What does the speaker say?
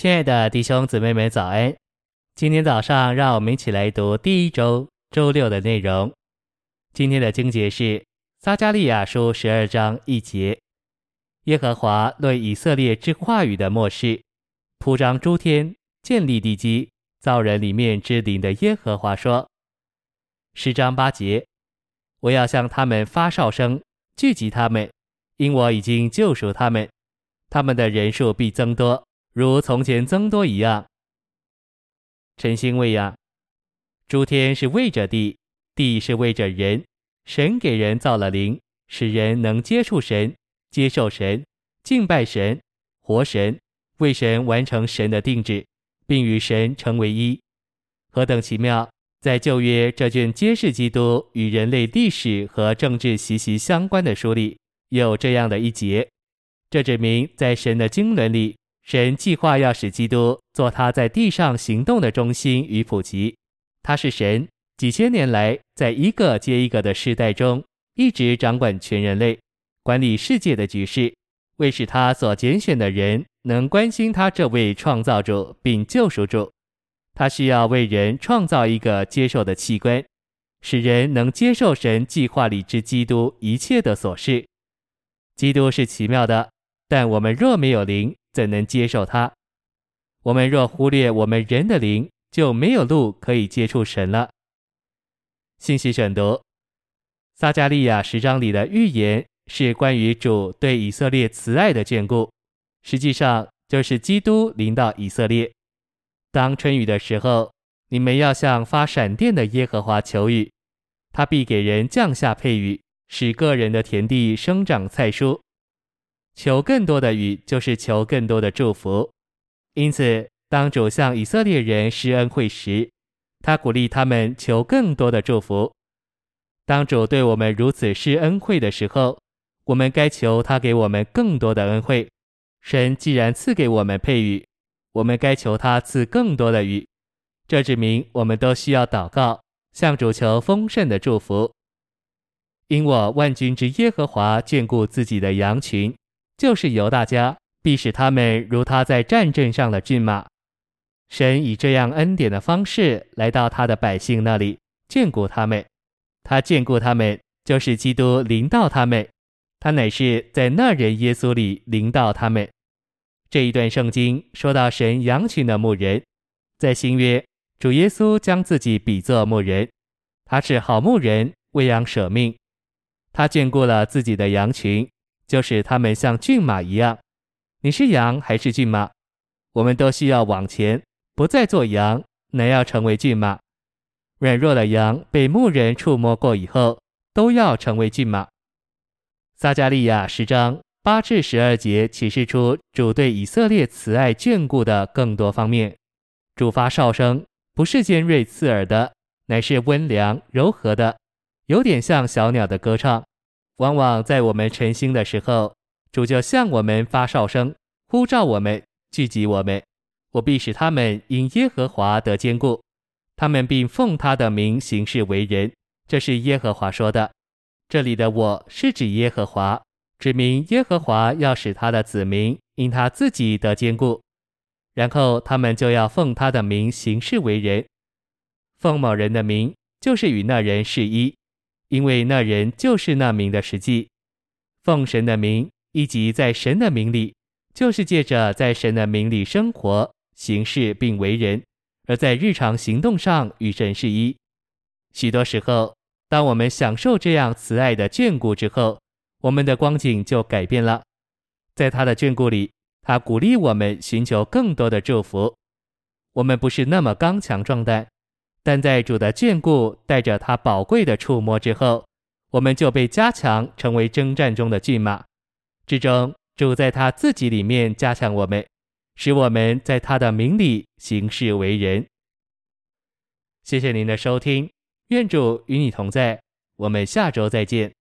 亲爱的弟兄姊妹们早安，今天早上让我们一起来读第一周周六的内容。今天的经节是撒迦利亚书12章1节，耶和华论以色列之话语的默示，铺张诸天，建立地基，造人里面之灵的耶和华说。10章8节，我要向他们发哨声，聚集他们，因我已经救赎他们，他们的人数必增多，如从前增多一样。晨星喂养，诸天是为着地，地是为着人，神给人造了灵，使人能接触神，接受神，敬拜神，活神，为神完成神的定旨，并与神成为一。何等奇妙！在旧约这卷揭示基督与人类历史和政治息息相关的书里，有这样的一节，这指明在神的经纶里，神计划要使基督做他在地上行动的中心与普及。他是神，几千年来在一个接一个的世代中，一直掌管全人类，管理世界的局势，为使他所拣选的人能关心他这位创造主并救赎主。他需要为人创造一个接受的器官，使人能接受神计划里之基督一切的所事。基督是奇妙的，但我们若没有灵，怎能接受他？我们若忽略我们人的灵，就没有路可以接触神了。信息选读，撒迦利亚10章里的预言是关于主对以色列慈爱的眷顾，实际上就是基督临到以色列。当春雨的时候，你们要向发闪电的耶和华求雨，他必给人降下配雨，使个人的田地生长菜蔬。求更多的雨，就是求更多的祝福。因此，当主向以色列人施恩惠时，他鼓励他们求更多的祝福。当主对我们如此施恩惠的时候，我们该求他给我们更多的恩惠。神既然赐给我们配雨，我们该求他赐更多的雨。这指明我们都需要祷告，向主求丰盛的祝福。因我万军之耶和华眷顾自己的羊群，就是犹大家，必使他们如他在战阵上的骏马。神以这样恩典的方式来到他的百姓那里，眷顾他们。他眷顾他们，就是基督临到他们，他乃是在那人耶稣里临到他们。这一段圣经说到神羊群的牧人，在新约，主耶稣将自己比作牧人，他是好牧人，为羊舍命。他眷顾了自己的羊群，就使他们像骏马一样。你是羊还是骏马？我们都需要往前，不再做羊，乃要成为骏马。软弱的羊被牧人触摸过以后，都要成为骏马。撒迦利亚10章8至12节启示出主对以色列慈爱眷顾的更多方面。主发哨声，不是尖锐刺耳的，乃是温良柔和的，有点像小鸟的歌唱。往往在我们晨星的时候，主就向我们发哨声，呼召我们，聚集我们。我必使他们因耶和华得坚固，他们并奉他的名行事为人。这是耶和华说的。这里的我是指耶和华，指明耶和华要使他的子民因他自己得坚固，然后他们就要奉他的名行事为人。奉某人的名，就是与那人是一，因为那人就是那名的实际。奉神的名，以及在神的名里，就是借着在神的名里生活、行事并为人，而在日常行动上与神是一。许多时候，当我们享受这样慈爱的眷顾之后，我们的光景就改变了。在他的眷顾里，他鼓励我们寻求更多的祝福。我们不是那么刚强壮胆，但在主的眷顾带着他宝贵的触摸之后，我们就被加强成为征战中的骏马。之中，主在他自己里面加强我们，使我们在他的名里行事为人。谢谢您的收听，愿主与你同在，我们下周再见。